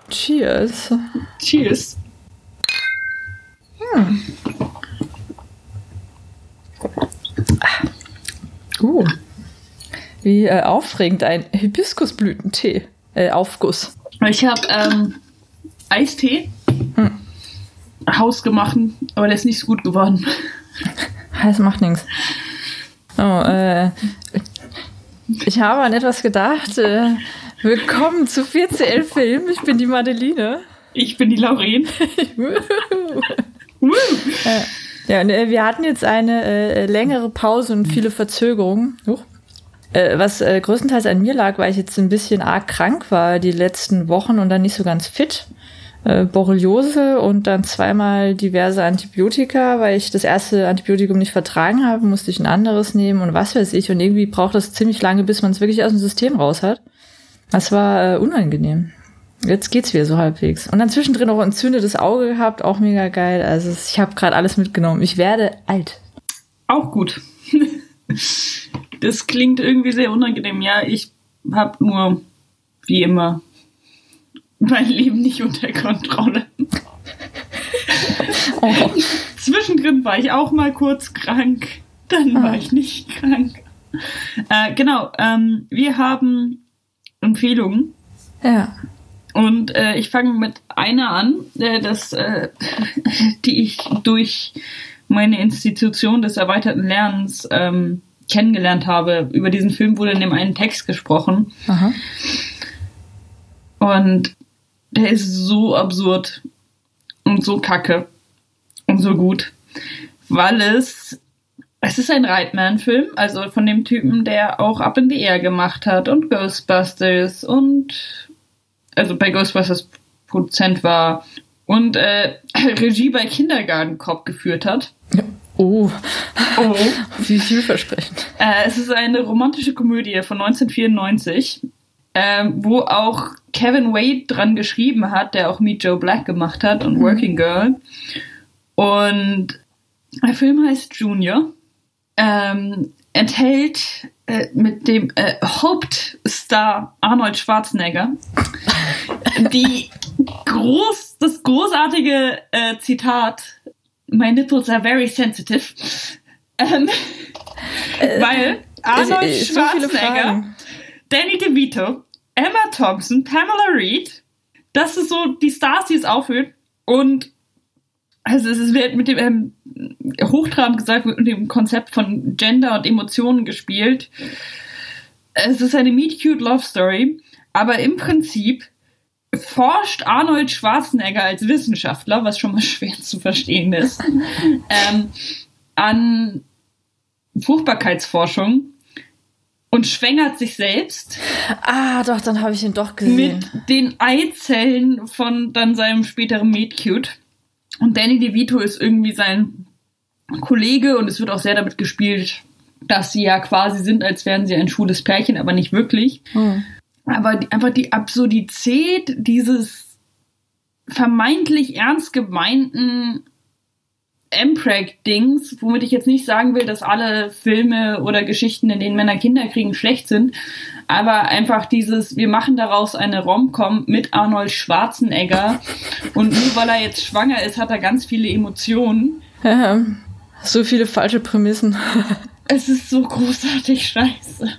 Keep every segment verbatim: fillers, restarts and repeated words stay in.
Cheers. Cheers. Hm. Uh. Wie äh, aufregend, ein Hibiskusblütentee. Äh, Aufguss. Ich habe ähm, Eistee. Hm. Hausgemachten, aber der ist nicht so gut geworden. Das macht nichts. Oh, äh, ich habe an etwas gedacht. Äh, willkommen zu vier C L Film. Ich bin die Madeline. Ich bin die Lauren. äh, ja, und, äh, wir hatten jetzt eine äh, längere Pause und viele Verzögerungen. Huch. Äh, was äh, größtenteils an mir lag, weil ich jetzt ein bisschen arg krank war die letzten Wochen und dann nicht so ganz fit. Äh, Borreliose und dann zweimal diverse Antibiotika, weil ich das erste Antibiotikum nicht vertragen habe, musste ich ein anderes nehmen und was weiß ich. Und irgendwie braucht das ziemlich lange, bis man es wirklich aus dem System raus hat. Das war äh, unangenehm. Jetzt geht's wieder so halbwegs. Und dann zwischendrin auch ein entzündetes Auge gehabt, auch mega geil. Also ich habe gerade alles mitgenommen. Ich werde alt. Auch gut. Das klingt irgendwie sehr unangenehm. Ja, ich habe nur, wie immer, mein Leben nicht unter Kontrolle. Oh. Zwischendrin war ich auch mal kurz krank. Dann ah. war ich nicht krank. Äh, genau, ähm, wir haben Empfehlungen. Ja. Und äh, ich fange mit einer an, äh, das, äh, die ich durch meine Institution des erweiterten Lernens ähm, kennengelernt habe. Über diesen Film wurde in dem einen Text gesprochen. Aha. Und der ist so absurd und so kacke und so gut, weil es es ist ein Reitman-Film, also von dem Typen, der auch Up in the Air gemacht hat und Ghostbusters und also bei Ghostbusters Produzent war und äh, Regie bei Kindergarten Cop geführt hat. Oh, oh. Wie vielversprechend. Äh, es ist eine romantische Komödie von neunzehnhundertvierundneunzig, äh, wo auch Kevin Wade dran geschrieben hat, der auch Meet Joe Black gemacht hat und mhm. Working Girl. Und der Film heißt Junior. Ähm, enthält äh, mit dem äh, Hauptstar Arnold Schwarzenegger die groß, das großartige äh, Zitat My nipples are very sensitive. Ähm, äh, weil Arnold äh, Schwarzenegger, so Danny DeVito, Emma Thompson, Pamela Reed, das ist so die Stars, die es aufhört. Und also es wird mit dem ähm, hochtrabend gesagt, mit dem Konzept von Gender und Emotionen gespielt. Es ist eine Meet-Cute-Love-Story, aber im Prinzip forscht Arnold Schwarzenegger als Wissenschaftler, was schon mal schwer zu verstehen ist, ähm, an Fruchtbarkeitsforschung und schwängert sich selbst. Ah, doch, dann habe ich ihn doch gesehen. Mit den Eizellen von dann seinem späteren Meet-Cute. Und Danny DeVito ist irgendwie sein Kollege und es wird auch sehr damit gespielt, dass sie ja quasi sind, als wären sie ein schwules Pärchen, aber nicht wirklich. Hm. Aber die, einfach die Absurdität dieses vermeintlich ernst gemeinten M-Preg-Dings, womit ich jetzt nicht sagen will, dass alle Filme oder Geschichten, in denen Männer Kinder kriegen, schlecht sind, aber einfach dieses, wir machen daraus eine Rom-Com mit Arnold Schwarzenegger und nur weil er jetzt schwanger ist, hat er ganz viele Emotionen. Ja, so viele falsche Prämissen. Es ist so großartig scheiße.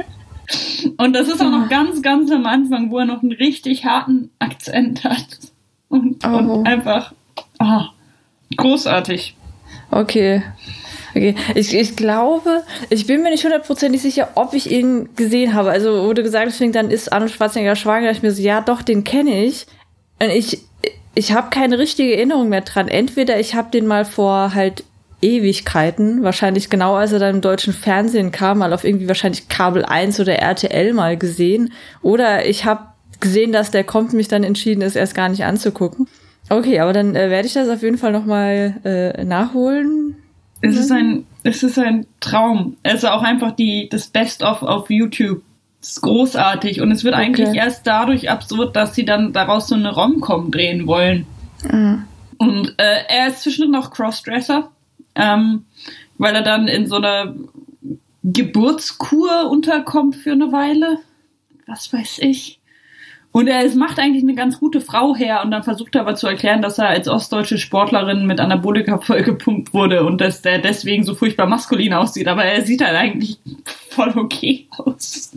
Und das ist auch noch ganz, ganz am Anfang, wo er noch einen richtig harten Akzent hat. Und, oh. und einfach oh, großartig. Okay. Okay. Ich, ich glaube, ich bin mir nicht hundertprozentig sicher, ob ich ihn gesehen habe. Also wurde gesagt, deswegen dann ist Arnold Schwarzenegger schwanger. Da dachte ich mir so, ja doch, den kenne ich. Und ich, ich habe keine richtige Erinnerung mehr dran. Entweder ich habe den mal vor halt Ewigkeiten, wahrscheinlich genau als er dann im deutschen Fernsehen kam, mal auf irgendwie wahrscheinlich Kabel eins oder R T L mal gesehen. Oder ich habe gesehen, dass der kommt, mich dann entschieden, es erst gar nicht anzugucken. Okay, aber dann äh, werde ich das auf jeden Fall nochmal äh, nachholen. Es ist ein, es ist ein Traum. Also auch einfach die, das Best-of auf YouTube. Das ist großartig. Und es wird okay. eigentlich erst dadurch absurd, dass sie dann daraus so eine Rom-Com drehen wollen. Mhm. Und äh, er ist zwischendurch noch Crossdresser. Ähm, weil er dann in so einer Geburtskur unterkommt für eine Weile. Was weiß ich. Und er es macht eigentlich eine ganz gute Frau her und dann versucht er aber zu erklären, dass er als ostdeutsche Sportlerin mit Anabolika vollgepumpt wurde und dass der deswegen so furchtbar maskulin aussieht. Aber er sieht halt eigentlich voll okay aus.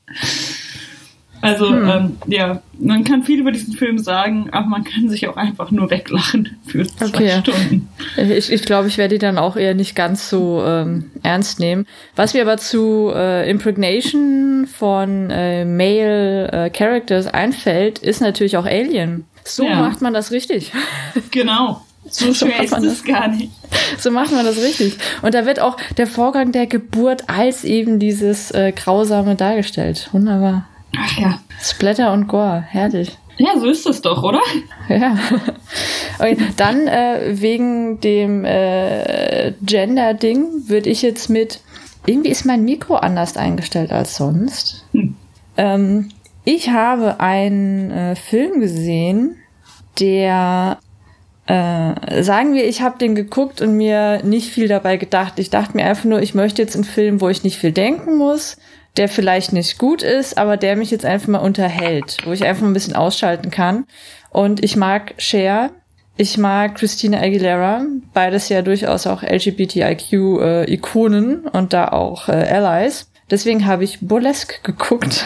Also, hm. ähm, ja, man kann viel über diesen Film sagen, aber man kann sich auch einfach nur weglachen für zwei okay. Stunden. Ich, ich glaube, ich werde die dann auch eher nicht ganz so ähm, ernst nehmen. Was mir aber zu äh, Impregnation von äh, Male äh, Characters einfällt, ist natürlich auch Alien. So ja. macht man das richtig. Genau. So schwer so ist es gar nicht. So macht man das richtig. Und da wird auch der Vorgang der Geburt als eben dieses äh, Grausame dargestellt. Wunderbar. Ach ja. Splatter und Gore, herrlich. Ja, so ist das doch, oder? Ja. Okay, dann äh, wegen dem äh, Gender-Ding würde ich jetzt mit, irgendwie ist mein Mikro anders eingestellt als sonst. Hm. Ähm, ich habe einen äh, Film gesehen, der, äh, sagen wir, ich habe den geguckt und mir nicht viel dabei gedacht. Ich dachte mir einfach nur, ich möchte jetzt einen Film, wo ich nicht viel denken muss, der vielleicht nicht gut ist, aber der mich jetzt einfach mal unterhält, wo ich einfach ein bisschen ausschalten kann. Und ich mag Cher, ich mag Christina Aguilera, beides ja durchaus auch L G B T I Q-Ikonen äh, und da auch äh, Allies. Deswegen habe ich Burlesque geguckt.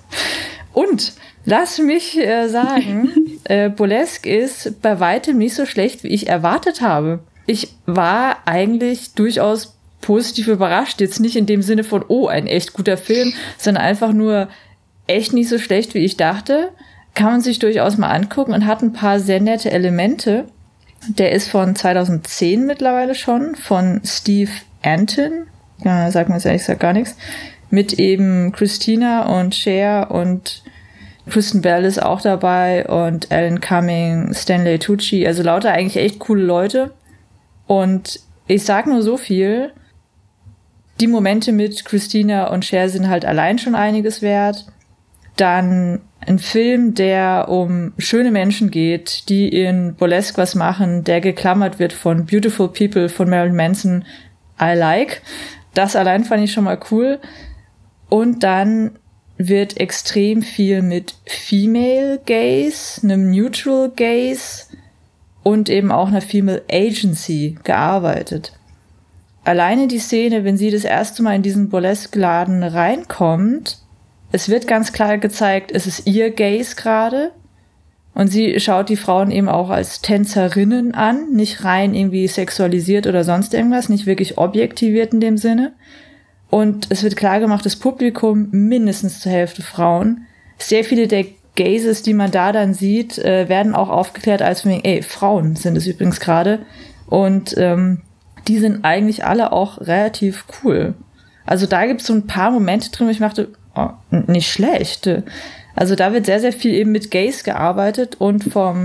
Und lass mich äh, sagen, äh, Burlesque ist bei weitem nicht so schlecht, wie ich erwartet habe. Ich war eigentlich durchaus positiv überrascht, jetzt nicht in dem Sinne von, oh, ein echt guter Film, sondern einfach nur echt nicht so schlecht, wie ich dachte. Kann man sich durchaus mal angucken und hat ein paar sehr nette Elemente. Der ist von zweitausendzehn mittlerweile schon, von Steve Antin. Ja, sagt mir jetzt ehrlich gesagt gar nichts. Mit eben Christina und Cher und Kristen Bell ist auch dabei und Alan Cumming, Stanley Tucci, also lauter eigentlich echt coole Leute. Und ich sag nur so viel, die Momente mit Christina und Cher sind halt allein schon einiges wert. Dann ein Film, der um schöne Menschen geht, die in Burlesque was machen, der geklammert wird von Beautiful People von Marilyn Manson. I like. Das allein fand ich schon mal cool. Und dann wird extrem viel mit Female Gaze, einem Neutral Gaze und eben auch einer Female Agency gearbeitet. Alleine die Szene, wenn sie das erste Mal in diesen Burlesque-Laden reinkommt, es wird ganz klar gezeigt, es ist ihr Gaze gerade und sie schaut die Frauen eben auch als Tänzerinnen an, nicht rein irgendwie sexualisiert oder sonst irgendwas, nicht wirklich objektiviert in dem Sinne. Und es wird klar gemacht, das Publikum, mindestens zur Hälfte Frauen. Sehr viele der Gazes, die man da dann sieht, äh, werden auch aufgeklärt als von wegen, ey, Frauen sind es übrigens gerade. Und ähm, die sind eigentlich alle auch relativ cool. Also da gibt es so ein paar Momente drin, wo ich dachte, oh, nicht schlecht. Also da wird sehr, sehr viel eben mit Gaze gearbeitet und vom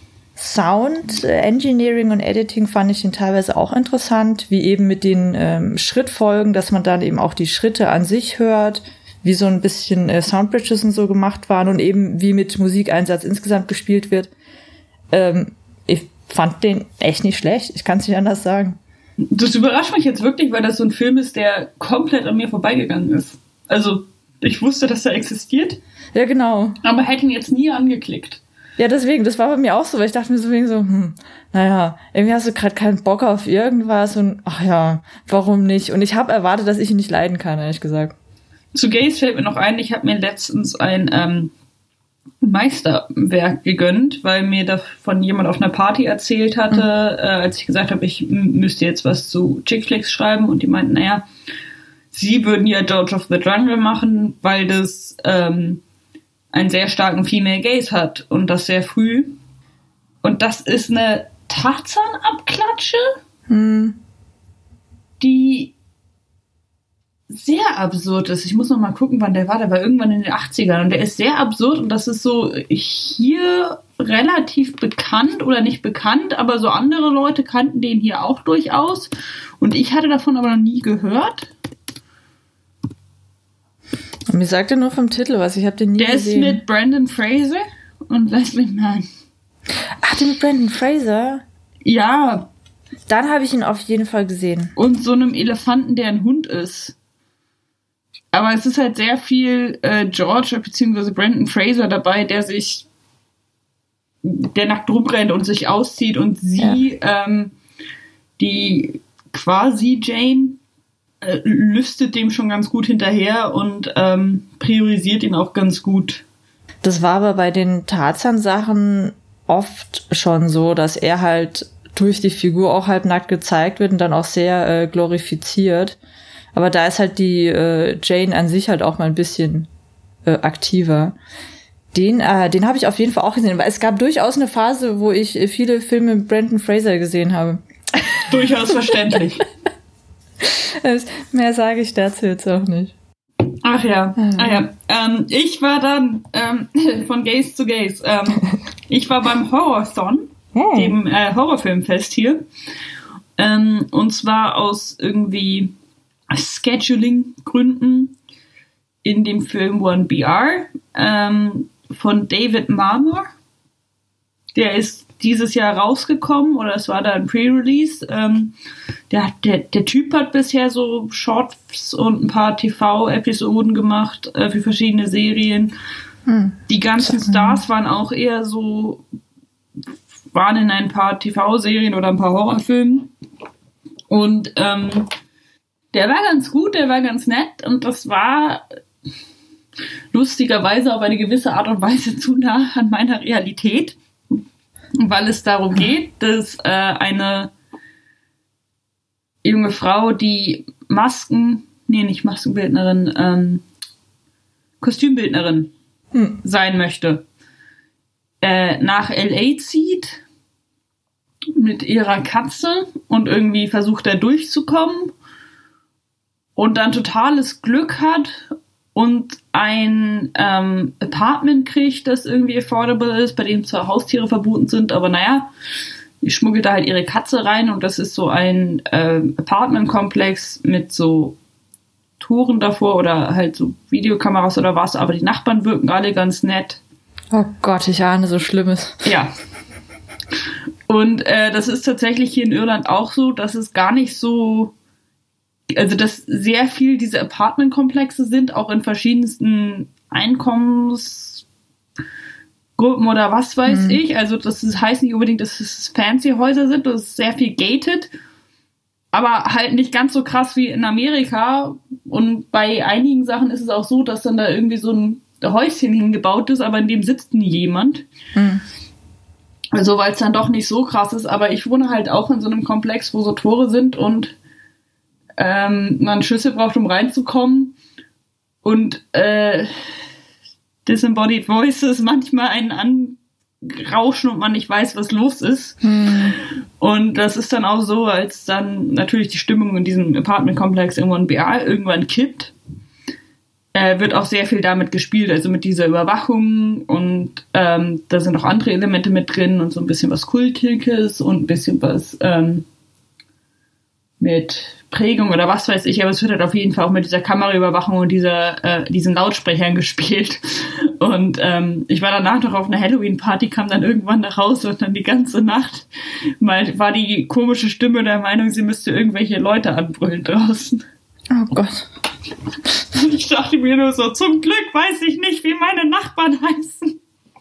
Sound Engineering und Editing fand ich den teilweise auch interessant, wie eben mit den ähm, Schrittfolgen, dass man dann eben auch die Schritte an sich hört, wie so ein bisschen äh, Soundbridges und so gemacht waren und eben wie mit Musikeinsatz insgesamt gespielt wird. Ähm, ich fand den echt nicht schlecht, ich kann es nicht anders sagen. Das überrascht mich jetzt wirklich, weil das so ein Film ist, der komplett an mir vorbeigegangen ist. Also, ich wusste, dass er existiert. Ja, genau. Aber hätte ihn jetzt nie angeklickt. Ja, deswegen, das war bei mir auch so, weil ich dachte mir so wegen so, hm, naja, irgendwie hast du gerade keinen Bock auf irgendwas und ach ja, warum nicht? Und ich habe erwartet, dass ich ihn nicht leiden kann, ehrlich gesagt. Zu Gaze fällt mir noch ein, ich habe mir letztens ein ähm, Meisterwerk gegönnt, weil mir davon jemand auf einer Party erzählt hatte, mhm. äh, als ich gesagt habe, ich m- müsste jetzt was zu Chick-Flicks schreiben und die meinten, naja, sie würden ja George of the Jungle machen, weil das ähm, einen sehr starken Female Gaze hat und das sehr früh. Und das ist eine Tarzan-Abklatsche, hm. die sehr absurd ist. Ich muss noch mal gucken, wann der war. Der war irgendwann in den achtzigern und der ist sehr absurd und das ist so hier relativ bekannt oder nicht bekannt, aber so andere Leute kannten den hier auch durchaus und ich hatte davon aber noch nie gehört. Und mir sagt er nur vom Titel was, ich habe den nie der gesehen. Der ist mit Brendan Fraser und Leslie Mann. Ach, den mit Brendan Fraser? Ja. Dann habe ich ihn auf jeden Fall gesehen. Und so einem Elefanten, der ein Hund ist. aber es ist halt sehr viel äh, George bzw. Brendan Fraser dabei, der sich, der nackt rumrennt und sich auszieht und sie, ja. ähm, die quasi Jane, äh, lüstet dem schon ganz gut hinterher und ähm, priorisiert ihn auch ganz gut. Das war aber bei den Tarzan-Sachen oft schon so, dass er halt durch die Figur auch halbnackt gezeigt wird und dann auch sehr äh, glorifiziert. Aber da ist halt die äh, Jane an sich halt auch mal ein bisschen äh, aktiver. Den, äh, den habe ich auf jeden Fall auch gesehen. Weil es gab durchaus eine Phase, wo ich äh, viele Filme mit Brendan Fraser gesehen habe. Durchaus verständlich. Das, mehr sage ich dazu jetzt auch nicht. Ach ja, mhm. ah ja. Ähm, ich war dann ähm, von Gaze zu Gaze. Ähm, ich war beim Horrorthon, mhm. dem äh, Horrorfilmfest hier. Ähm, und zwar aus irgendwie Scheduling-Gründen in dem Film One B R ähm, von David Marmor. Der ist dieses Jahr rausgekommen, oder es war da ein Pre-Release. Ähm, der, der, der Typ hat bisher so Shorts und ein paar T V-Episoden gemacht äh, für verschiedene Serien. Hm. Die ganzen Stars waren auch eher so, waren in ein paar T V-Serien oder ein paar Horrorfilmen. Und ähm, der war ganz gut, der war ganz nett und das war lustigerweise auf eine gewisse Art und Weise zu nah an meiner Realität, weil es darum geht, dass äh, eine junge Frau, die Masken, nee, nicht Maskenbildnerin, ähm, Kostümbildnerin hm. sein möchte, äh, nach L A zieht mit ihrer Katze und irgendwie versucht, da durchzukommen und dann totales Glück hat und ein ähm, Apartment kriegt, das irgendwie affordable ist, bei dem zwar Haustiere verboten sind, aber naja, die schmuggelt da halt ihre Katze rein und das ist so ein äh, Apartmentkomplex mit so Toren davor oder halt so Videokameras oder was, aber die Nachbarn wirken alle ganz nett. Oh Gott, ich ahne so Schlimmes. Ja. Und äh, das ist tatsächlich hier in Irland auch so, dass es gar nicht so, also dass sehr viel diese Apartmentkomplexe sind, auch in verschiedensten Einkommensgruppen oder was weiß mhm. ich. Also das ist, heißt nicht unbedingt, dass es fancy Häuser sind, das ist sehr viel gated, aber halt nicht ganz so krass wie in Amerika. Und bei einigen Sachen ist es auch so, dass dann da irgendwie so ein Häuschen hingebaut ist, aber in dem sitzt nie jemand. Mhm. Also weil es dann doch nicht so krass ist, aber ich wohne halt auch in so einem Komplex, wo so Tore sind und ähm, man Schlüssel braucht, um reinzukommen und äh, Disembodied Voices manchmal einen anrauschen und man nicht weiß, was los ist. Hm. Und das ist dann auch so, als dann natürlich die Stimmung in diesem Apartmentkomplex in One B R irgendwann kippt, äh, wird auch sehr viel damit gespielt, also mit dieser Überwachung und ähm, da sind auch andere Elemente mit drin und so ein bisschen was Kultiges und ein bisschen was ähm, mit Prägung oder was weiß ich, aber es wird halt auf jeden Fall auch mit dieser Kameraüberwachung und dieser, äh, diesen Lautsprechern gespielt. Und ähm, ich war danach noch auf einer Halloween-Party, kam dann irgendwann nach Hause und dann die ganze Nacht mal war die komische Stimme der Meinung, sie müsste irgendwelche Leute anbrüllen draußen. Oh Gott. Ich dachte mir nur so, zum Glück weiß ich nicht, wie meine Nachbarn heißen.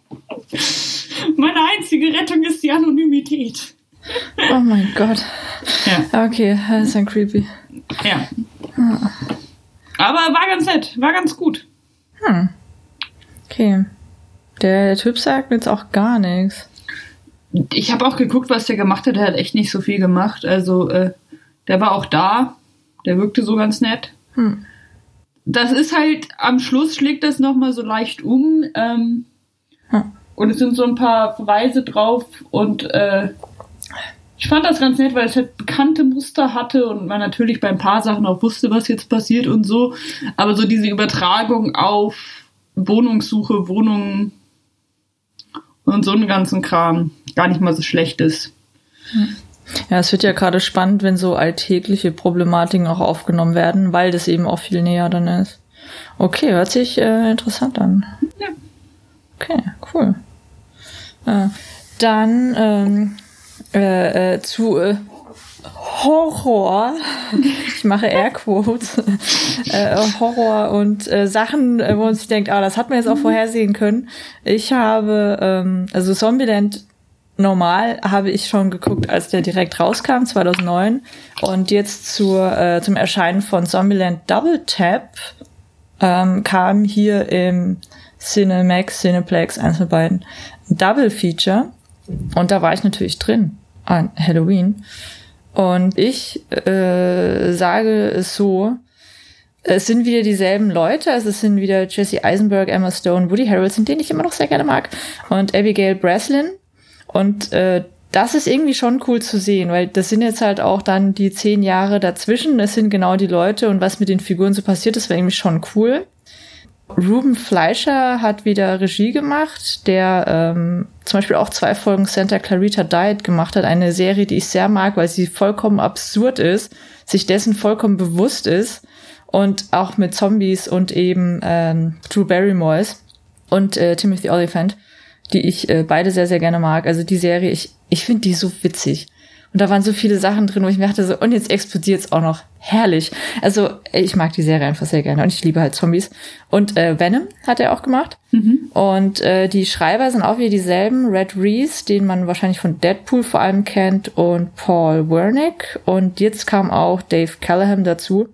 Meine einzige Rettung ist die Anonymität. Oh mein Gott. Ja. Okay, das ist dann creepy. Ja. Aber war ganz nett, war ganz gut. Hm. Okay. Der, der Typ sagt mir jetzt auch gar nichts. Ich habe auch geguckt, was der gemacht hat. Der hat echt nicht so viel gemacht. Also, äh, der war auch da. Der wirkte so ganz nett. Hm. Das ist halt, am Schluss schlägt das nochmal so leicht um. Ähm, hm. Und es sind so ein paar Verweise drauf. Und äh, ich fand das ganz nett, weil es halt bekannte Muster hatte und man natürlich bei ein paar Sachen auch wusste, was jetzt passiert und so. Aber so diese Übertragung auf Wohnungssuche, Wohnungen und so einen ganzen Kram gar nicht mal so schlecht ist. Ja, es wird ja gerade spannend, wenn so alltägliche Problematiken auch aufgenommen werden, weil das eben auch viel näher dann ist. Okay, hört sich äh, interessant an. Ja. Okay, cool. Äh, dann ähm, äh, äh, zu äh, Horror, ich mache Airquotes, äh, Horror und äh, Sachen, wo man sich denkt, ah, das hat man jetzt auch vorhersehen können. Ich habe, ähm, also Zombieland normal habe ich schon geguckt, als der direkt rauskam, zweitausendneun. Und jetzt zur, äh, zum Erscheinen von Zombieland Double Tap ähm, kam hier im Cinemax, Cineplex, eins von beiden, ein Double Feature. Und da war ich natürlich drin an Halloween. Und ich äh, sage es so, es sind wieder dieselben Leute, also es sind wieder Jesse Eisenberg, Emma Stone, Woody Harrelson, den ich immer noch sehr gerne mag, und Abigail Breslin. Und äh, das ist irgendwie schon cool zu sehen, weil das sind jetzt halt auch dann die zehn Jahre dazwischen. Das sind genau die Leute und was mit den Figuren so passiert, das war irgendwie schon cool. Ruben Fleischer hat wieder Regie gemacht, der ähm, zum Beispiel auch zwei Folgen Santa Clarita Diet gemacht hat. Eine Serie, die ich sehr mag, weil sie vollkommen absurd ist, sich dessen vollkommen bewusst ist und auch mit Zombies und eben ähm, Drew Barrymore ist und äh, Timothy Olyphant, die ich äh, beide sehr, sehr gerne mag. Also die Serie, ich ich finde die so witzig. Und da waren so viele Sachen drin, wo ich mir dachte so, und jetzt explodiert es auch noch. Herrlich. Also ich mag die Serie einfach sehr gerne und ich liebe halt Zombies. Und äh, Venom hat er auch gemacht. Mhm. Und äh, die Schreiber sind auch wieder dieselben. Red Reese, den man wahrscheinlich von Deadpool vor allem kennt, und Paul Wernick. Und jetzt kam auch Dave Callaham dazu.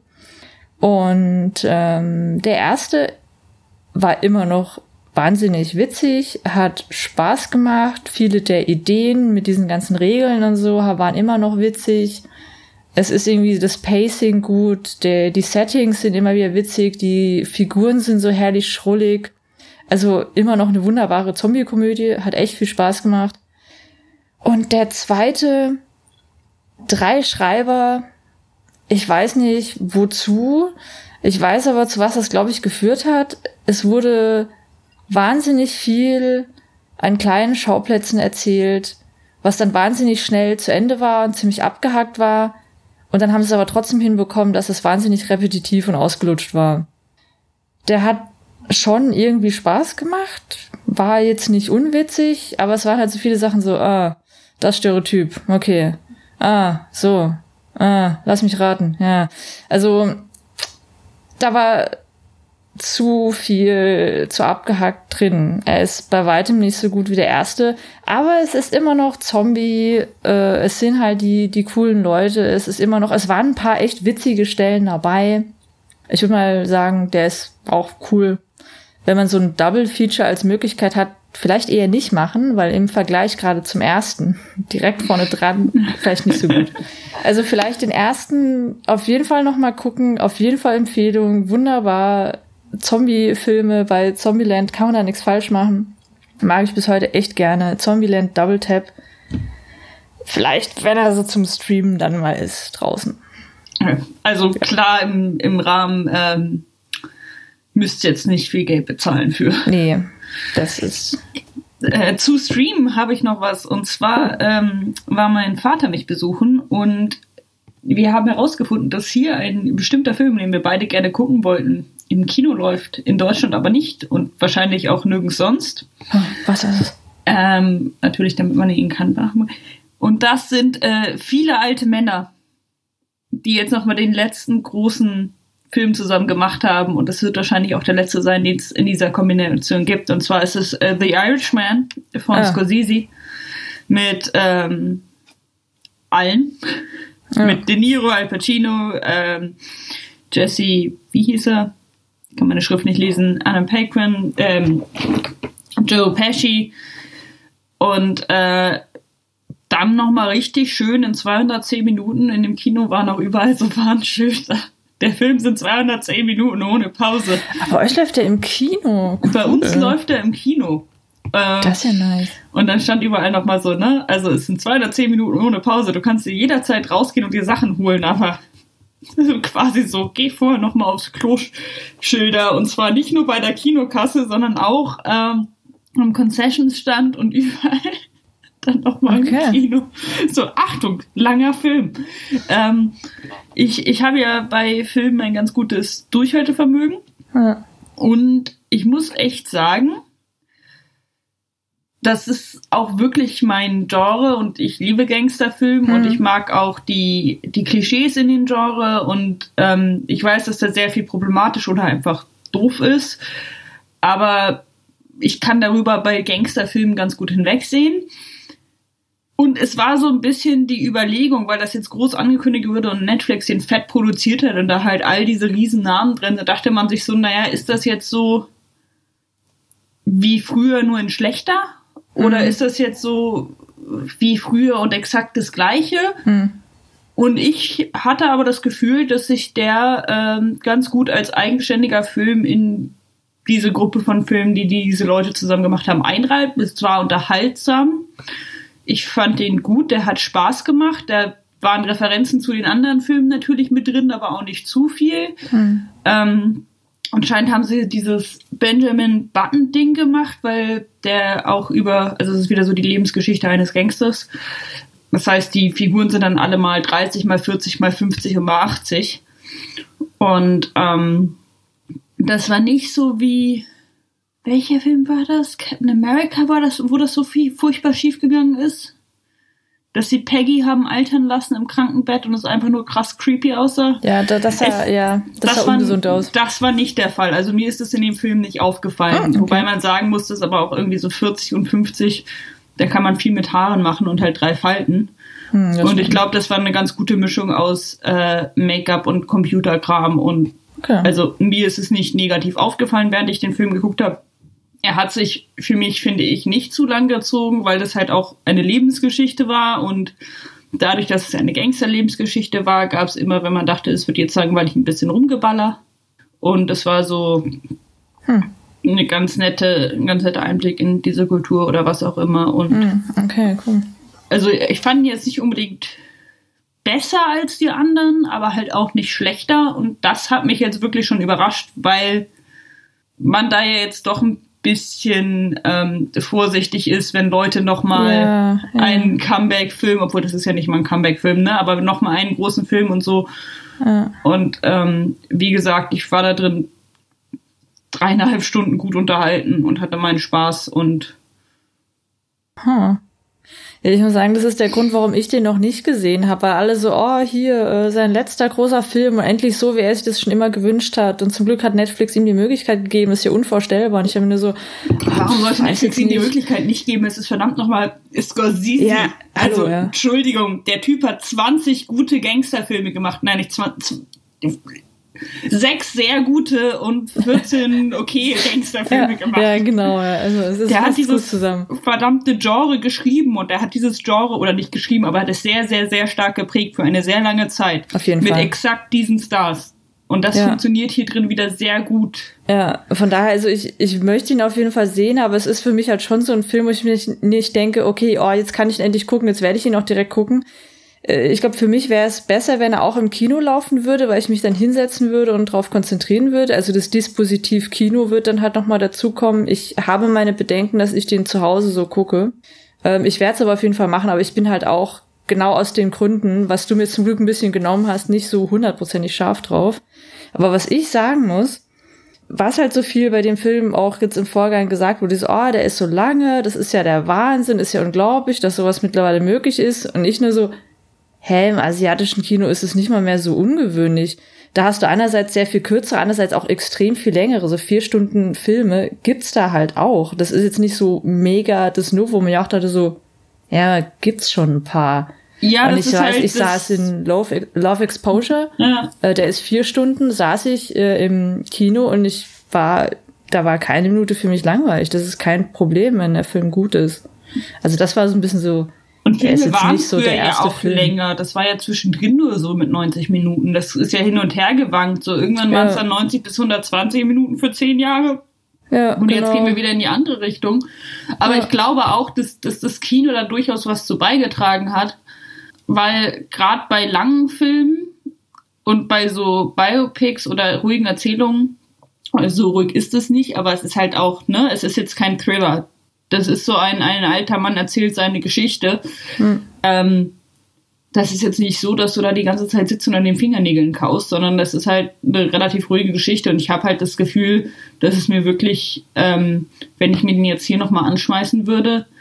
Und ähm, der erste war immer noch wahnsinnig witzig, hat Spaß gemacht. Viele der Ideen mit diesen ganzen Regeln und so waren immer noch witzig. Es ist irgendwie das Pacing gut, der, die Settings sind immer wieder witzig, die Figuren sind so herrlich schrullig. Also immer noch eine wunderbare Zombie-Komödie, hat echt viel Spaß gemacht. Und der zweite, drei Schreiber, ich weiß nicht wozu, ich weiß aber, zu was das, glaube ich, geführt hat. Es wurde wahnsinnig viel an kleinen Schauplätzen erzählt, was dann wahnsinnig schnell zu Ende war und ziemlich abgehackt war. Und dann haben sie es aber trotzdem hinbekommen, dass es wahnsinnig repetitiv und ausgelutscht war. Der hat schon irgendwie Spaß gemacht, war jetzt nicht unwitzig, aber es waren halt so viele Sachen so, ah, das Stereotyp, okay, ah, so, ah, lass mich raten, ja. Also, da war zu viel, zu abgehackt drin. Er ist bei weitem nicht so gut wie der erste, aber es ist immer noch Zombie, äh, es sind halt die, die coolen Leute, es ist immer noch, es waren ein paar echt witzige Stellen dabei. Ich würde mal sagen, der ist auch cool. Wenn man so ein Double-Feature als Möglichkeit hat, vielleicht eher nicht machen, weil im Vergleich gerade zum ersten, direkt vorne dran, vielleicht nicht so gut. Also vielleicht den ersten auf jeden Fall noch mal gucken, auf jeden Fall Empfehlung, wunderbar. Zombie-Filme, bei Zombieland kann man da nichts falsch machen. Mag ich bis heute echt gerne. Zombieland Double Tap. Vielleicht, wenn er so zum Streamen dann mal ist, draußen. Also klar, im, im Rahmen ähm, müsst ihr jetzt nicht viel Geld bezahlen für. Nee, das ist... Äh, zu streamen habe ich noch was. Und zwar ähm, war mein Vater mich besuchen und wir haben herausgefunden, dass hier ein bestimmter Film, den wir beide gerne gucken wollten, im Kino läuft, in Deutschland aber nicht und wahrscheinlich auch nirgends sonst. Was ist das? Ähm, natürlich, damit man ihn kann. Und das sind äh, viele alte Männer, die jetzt nochmal den letzten großen Film zusammen gemacht haben. Und das wird wahrscheinlich auch der letzte sein, den es in dieser Kombination gibt. Und zwar ist es äh, The Irishman von ah. Scorsese mit ähm, allen. Ja. Mit De Niro, Al Pacino, ähm, Jesse, wie hieß er? Kann meine Schrift nicht lesen. Alan Paquin, ähm, Joe Pesci und äh, dann nochmal richtig schön in zweihundertzehn Minuten in dem Kino waren auch überall so Warnschilder. Der Film sind zweihundertzehn Minuten ohne Pause. Aber euch läuft der im Kino. Cool. Bei uns läuft der im Kino. Äh, das ist ja nice. Und dann stand überall nochmal so, ne? Also es sind zweihundertzehn Minuten ohne Pause. Du kannst dir jederzeit rausgehen und dir Sachen holen, aber quasi so, geh vorher nochmal aufs Klo Schilder. Und zwar nicht nur bei der Kinokasse, sondern auch ähm, am Concessions-Stand und überall dann nochmal okay. im Kino. So, Achtung, langer Film. Ähm, ich, ich habe ja bei Filmen ein ganz gutes Durchhaltevermögen. Ja. Und ich muss echt sagen, das ist auch wirklich mein Genre und ich liebe Gangsterfilme mhm. und ich mag auch die, die Klischees in den Genre und ähm, ich weiß, dass da sehr viel problematisch oder einfach doof ist, aber ich kann darüber bei Gangsterfilmen ganz gut hinwegsehen. Und es war so ein bisschen die Überlegung, weil das jetzt groß angekündigt wurde und Netflix den fett produziert hat und da halt all diese riesen Namen drin, da dachte man sich so, naja, ist das jetzt so wie früher nur in schlechter? Oder mhm. ist das jetzt so wie früher und exakt das Gleiche? Mhm. Und ich hatte aber das Gefühl, dass sich der ähm, ganz gut als eigenständiger Film in diese Gruppe von Filmen, die diese Leute zusammen gemacht haben, einreibt. Es war unterhaltsam. Ich fand den gut, der hat Spaß gemacht. Da waren Referenzen zu den anderen Filmen natürlich mit drin, aber auch nicht zu viel. Mhm. Ähm, anscheinend haben sie dieses Benjamin Button-Ding gemacht, weil der auch über, also es ist wieder so die Lebensgeschichte eines Gangsters. Das heißt, die Figuren sind dann alle mal dreißig, mal vierzig, mal fünfzig und mal achtzig. Und ähm, das war nicht so wie... Welcher Film war das? Captain America war das, wo das so viel furchtbar schief gegangen ist? Dass sie Peggy haben altern lassen im Krankenbett und es einfach nur krass creepy aussah. Ja, da, das sah, es, ja, das das sah ungesund war, aus. Das war nicht der Fall. Also mir ist es in dem Film nicht aufgefallen. Oh, okay. Wobei man sagen muss, das ist aber auch irgendwie so vierzig und fünfzig, da kann man viel mit Haaren machen und halt drei Falten. Hm, und ich glaube, das war eine ganz gute Mischung aus äh, Make-up und Computerkram. Und okay. Also mir ist es nicht negativ aufgefallen, während ich den Film geguckt habe. Er hat sich für mich, finde ich, nicht zu lang gezogen, weil das halt auch eine Lebensgeschichte war und dadurch, dass es eine Gangster-Lebensgeschichte war, gab es immer, wenn man dachte, es wird jetzt langweilig, ein bisschen Rumgeballer und das war so hm. eine ganz nette, ein ganz netter Einblick in diese Kultur oder was auch immer und hm. okay, cool. Also ich fand ihn jetzt nicht unbedingt besser als die anderen, aber halt auch nicht schlechter und das hat mich jetzt wirklich schon überrascht, weil man da ja jetzt doch ein bisschen ähm, vorsichtig ist, wenn Leute nochmal ja, ja. einen Comeback-Film, obwohl das ist ja nicht mal ein Comeback-Film, ne, aber nochmal einen großen Film und so. Ja. Und ähm, wie gesagt, ich war da drin dreieinhalb Stunden gut unterhalten und hatte meinen Spaß und huh. Ja, ich muss sagen, das ist der Grund, warum ich den noch nicht gesehen habe, weil alle so, oh, hier, äh, sein letzter großer Film und endlich so, wie er sich das schon immer gewünscht hat. Und zum Glück hat Netflix ihm die Möglichkeit gegeben, das ist ja unvorstellbar. Und ich habe mir nur so, warum sollte Netflix ihm die Möglichkeit nicht geben? Es ist verdammt nochmal Scorsese. Ja, also, hallo, ja. Entschuldigung, der Typ hat zwanzig gute Gangsterfilme gemacht. Nein, nicht zwanzig, sechs sehr gute und vierzehn okay Gangsterfilme ja, gemacht. Ja, genau. Ja. Also es ist der hat dieses zusammen. verdammte Genre geschrieben und er hat dieses Genre, oder nicht geschrieben, aber hat es sehr, sehr, sehr stark geprägt für eine sehr lange Zeit. Auf jeden mit Fall. Mit exakt diesen Stars. Und das ja. funktioniert hier drin wieder sehr gut. Ja, von daher, also ich, ich möchte ihn auf jeden Fall sehen, aber es ist für mich halt schon so ein Film, wo ich mir nicht, nicht denke, okay, oh, jetzt kann ich ihn endlich gucken, jetzt werde ich ihn auch direkt gucken. Ich glaube, für mich wäre es besser, wenn er auch im Kino laufen würde, weil ich mich dann hinsetzen würde und drauf konzentrieren würde. Also das Dispositiv Kino wird dann halt nochmal dazukommen. Ich habe meine Bedenken, dass ich den zu Hause so gucke. Ähm, ich werde es aber auf jeden Fall machen, aber ich bin halt auch genau aus den Gründen, was du mir zum Glück ein bisschen genommen hast, nicht so hundertprozentig scharf drauf. Aber was ich sagen muss, was halt so viel bei dem Film auch jetzt im Vorgang gesagt wurde, ist, oh, der ist so lange, das ist ja der Wahnsinn, ist ja unglaublich, dass sowas mittlerweile möglich ist. Und ich nur so, hä, im asiatischen Kino ist es nicht mal mehr so ungewöhnlich. Da hast du einerseits sehr viel kürzere, andererseits auch extrem viel längere, so vier Stunden Filme gibt's da halt auch. Das ist jetzt nicht so mega das Nur, wo man ja auch dachte so, ja, gibt's schon ein paar. Ja, und das ich ist weiß, halt ich saß in Love, Love Exposure, ja. äh, der ist vier Stunden, saß ich äh, im Kino und ich war, da war keine Minute für mich langweilig. Das ist kein Problem, wenn der Film gut ist. Also das war so ein bisschen so, und Filme waren nicht so früher der erste ja auch Film. länger. Das war ja zwischendrin nur so mit neunzig Minuten. Das ist ja hin und her gewankt. So irgendwann ja. waren es dann neunzig bis hundertzwanzig Minuten für zehn Jahre. Ja, und genau. Jetzt gehen wir wieder in die andere Richtung. Aber ja. ich glaube auch, dass, dass das Kino da durchaus was zu beigetragen hat. Weil gerade bei langen Filmen und bei so Biopics oder ruhigen Erzählungen, also so ruhig ist es nicht, aber es ist halt auch, ne, es ist jetzt kein Thriller. Das ist so ein, ein alter Mann erzählt seine Geschichte. Hm. Ähm, das ist jetzt nicht so, dass du da die ganze Zeit sitzt und an den Fingernägeln kaust, sondern das ist halt eine relativ ruhige Geschichte. Und ich habe halt das Gefühl, dass es mir wirklich, ähm, wenn ich mir den jetzt hier nochmal anschmeißen würde,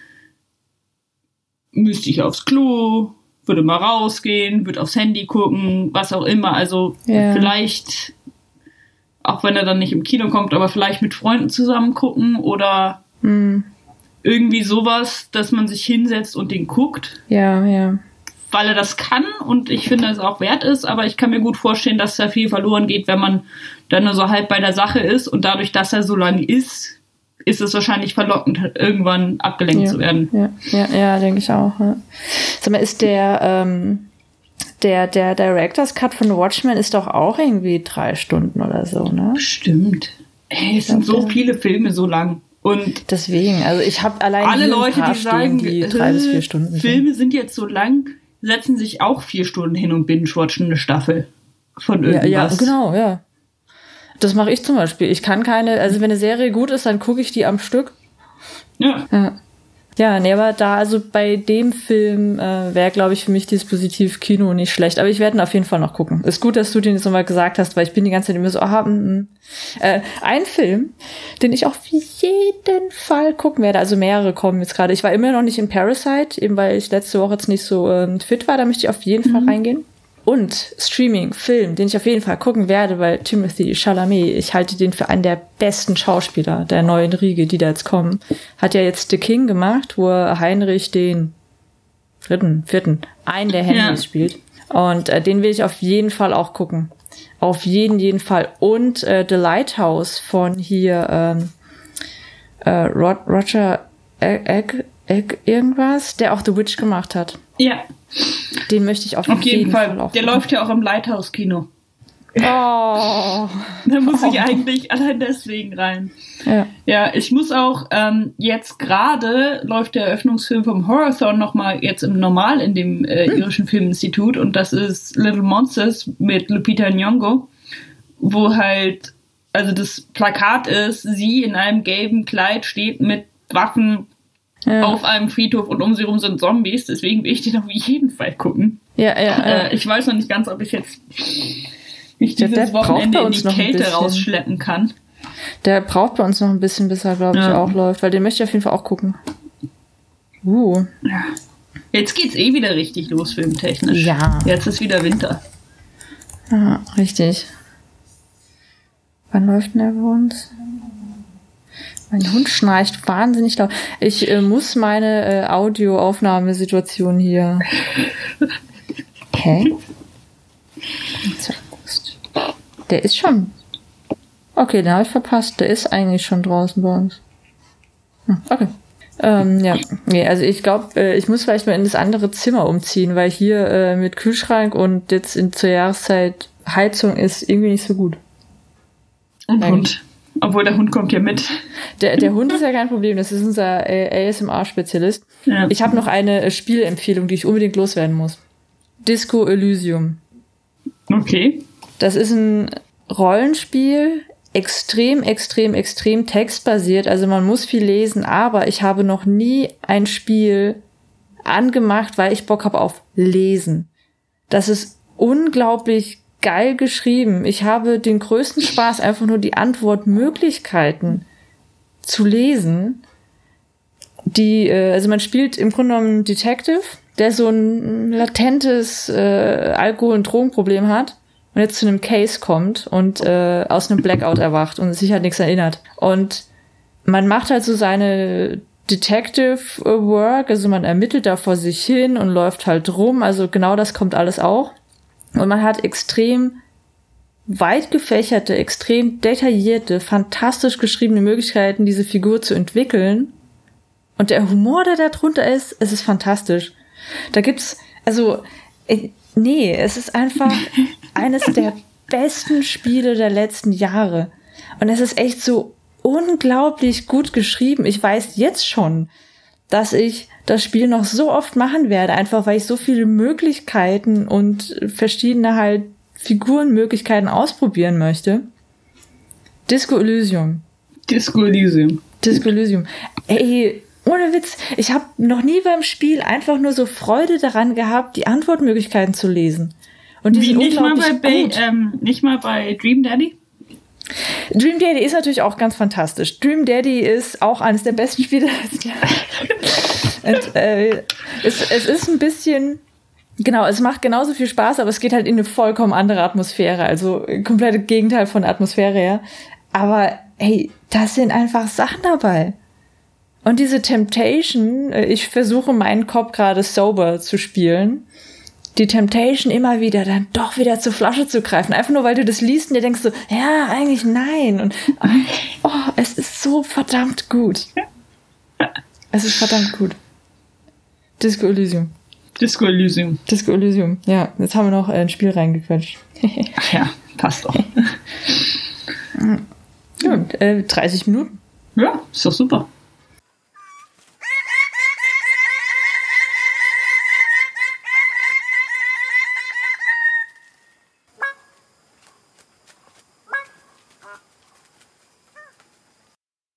müsste ich aufs Klo, würde mal rausgehen, würde aufs Handy gucken, was auch immer. Also ja. vielleicht, auch wenn er dann nicht im Kino kommt, aber vielleicht mit Freunden zusammen gucken oder hm. irgendwie sowas, dass man sich hinsetzt und den guckt. Ja, ja. Weil er das kann und ich finde, es auch wert ist, aber ich kann mir gut vorstellen, dass da viel verloren geht, wenn man dann nur so halb bei der Sache ist und dadurch, dass er so lang ist, ist es wahrscheinlich verlockend, irgendwann abgelenkt ja, zu werden. Ja, ja, ja, denke ich auch. Ja. Sag mal, ist der, ähm, der, der Director's Cut von Watchmen ist doch auch irgendwie drei Stunden oder so, ne? Stimmt. Ey, es sind so viele Filme so lang. Und deswegen, also ich habe allein alle Leute, die sagen, die drei bis vier Stunden Filme sind jetzt so lang, setzen sich auch vier Stunden hin und binge-watchen eine Staffel von irgendwas. Ja, ja genau, ja. Das mache ich zum Beispiel. Ich kann keine, also wenn eine Serie gut ist, dann gucke ich die am Stück. Ja. Ja, ja nee, aber da, also bei dem Film äh, wäre, glaube ich, für mich Dispositiv Kino nicht schlecht. Aber ich werde ihn auf jeden Fall noch gucken. Ist gut, dass du den jetzt nochmal gesagt hast, weil ich bin die ganze Zeit immer so, ah, mm, äh, ein Film, den ich auf jeden Fall gucken werde. Also mehrere kommen jetzt gerade. Ich war immer noch nicht in Parasite, eben weil ich letzte Woche jetzt nicht so ähm, fit war. Da möchte ich auf jeden mhm. Fall reingehen. Und Streaming, Film, den ich auf jeden Fall gucken werde, weil Timothée Chalamet, ich halte den für einen der besten Schauspieler der neuen Riege, die da jetzt kommen. Hat ja jetzt The King gemacht, wo er Heinrich den dritten, vierten, einen der Henrys ja. spielt. Und äh, den will ich auf jeden Fall auch gucken. Auf jeden, jeden Fall. Und äh, The Lighthouse von hier ähm, äh, Rod- Roger Egg, Egg irgendwas, der auch The Witch gemacht hat. Ja. Den möchte ich auf, auf jeden, jeden Fall. Fall auch Der gucken. Läuft ja auch im Lighthouse-Kino. Oh. Da muss ich eigentlich allein deswegen rein. Ja, ja ich muss auch, ähm, jetzt gerade läuft der Eröffnungsfilm vom Horrorthon nochmal jetzt im Normal in dem äh, irischen Filminstitut und das ist Little Monsters mit Lupita Nyong'o, wo halt, also das Plakat ist, sie in einem gelben Kleid steht mit Waffen ja. auf einem Friedhof und um sie rum sind Zombies, deswegen will ich den auf jeden Fall gucken. Ja, ja, ja. Äh, ich weiß noch nicht ganz, ob ich jetzt mich dieses ja, Wochenende in die Kälte rausschleppen kann. Der braucht bei uns noch ein bisschen, bis er, glaube ich, ja. auch läuft, weil den möchte ich auf jeden Fall auch gucken. Uh. Ja. Jetzt geht's eh wieder richtig los, filmtechnisch. Ja. Jetzt ist wieder Winter. Ja, richtig. Wann läuft denn der bei uns? Mein Hund schnarcht wahnsinnig laut. Ich äh, muss meine äh, Audioaufnahmesituation hier. Okay. Der ist schon. Okay, den habe ich verpasst. Der ist eigentlich schon draußen bei uns. Hm, okay. Ähm, ja, nee, also ich glaube, äh, ich muss vielleicht mal in das andere Zimmer umziehen, weil hier äh, mit Kühlschrank und jetzt in, zur Jahreszeit Heizung ist irgendwie nicht so gut. Und Hund. Obwohl der Hund kommt ja mit. Der, der Hund ist ja kein Problem, das ist unser äh, A S M R-Spezialist. Ja. Ich habe noch eine äh, Spielempfehlung, die ich unbedingt loswerden muss. Disco Elysium. Okay. Das ist ein Rollenspiel, extrem, extrem, extrem textbasiert. Also man muss viel lesen, aber ich habe noch nie ein Spiel angemacht, weil ich Bock habe auf Lesen. Das ist unglaublich geil geschrieben. Ich habe den größten Spaß, einfach nur die Antwortmöglichkeiten zu lesen. Die, äh, also man spielt im Grunde genommen einen Detective, der so ein latentes äh, Alkohol- und Drogenproblem hat und jetzt zu einem Case kommt und äh, aus einem Blackout erwacht und sich halt nichts erinnert. Und man macht halt so seine Detective Work, also man ermittelt da vor sich hin und läuft halt rum, also genau das kommt alles auch. Und man hat extrem weit gefächerte, extrem detaillierte, fantastisch geschriebene Möglichkeiten, diese Figur zu entwickeln. Und der Humor, der da drunter ist, es ist fantastisch. Da gibt's, also, nee, es ist einfach eines der besten Spiele der letzten Jahre. Und es ist echt so unglaublich gut geschrieben. Ich weiß jetzt schon, dass ich das Spiel noch so oft machen werde, einfach weil ich so viele Möglichkeiten und verschiedene halt Figurenmöglichkeiten ausprobieren möchte. Disco Elysium. Disco Elysium. Disco Elysium. Ey, ohne Witz, ich habe noch nie beim Spiel einfach nur so Freude daran gehabt, die Antwortmöglichkeiten zu lesen. Und die Wie, sind nicht, mal unglaublich bei, gut. Ähm, nicht mal bei Dream Daddy? Dream Daddy ist natürlich auch ganz fantastisch. Dream Daddy ist auch eines der besten Spiele. Und, äh, es, es ist ein bisschen, genau, es macht genauso viel Spaß, aber es geht halt in eine vollkommen andere Atmosphäre, also komplette Gegenteil von der Atmosphäre her. Aber hey, da sind einfach Sachen dabei. Und diese Temptation, ich versuche meinen Kopf gerade sober zu spielen, die Temptation immer wieder dann doch wieder zur Flasche zu greifen. Einfach nur, weil du das liest und dir denkst so, ja, eigentlich nein. Und oh, es ist so verdammt gut. Es ist verdammt gut. Disco Elysium. Disco Elysium. Disco Elysium, ja. Jetzt haben wir noch ein Spiel reingequetscht. Ja, passt doch. Gut, äh, dreißig Minuten. Ja, ist doch super.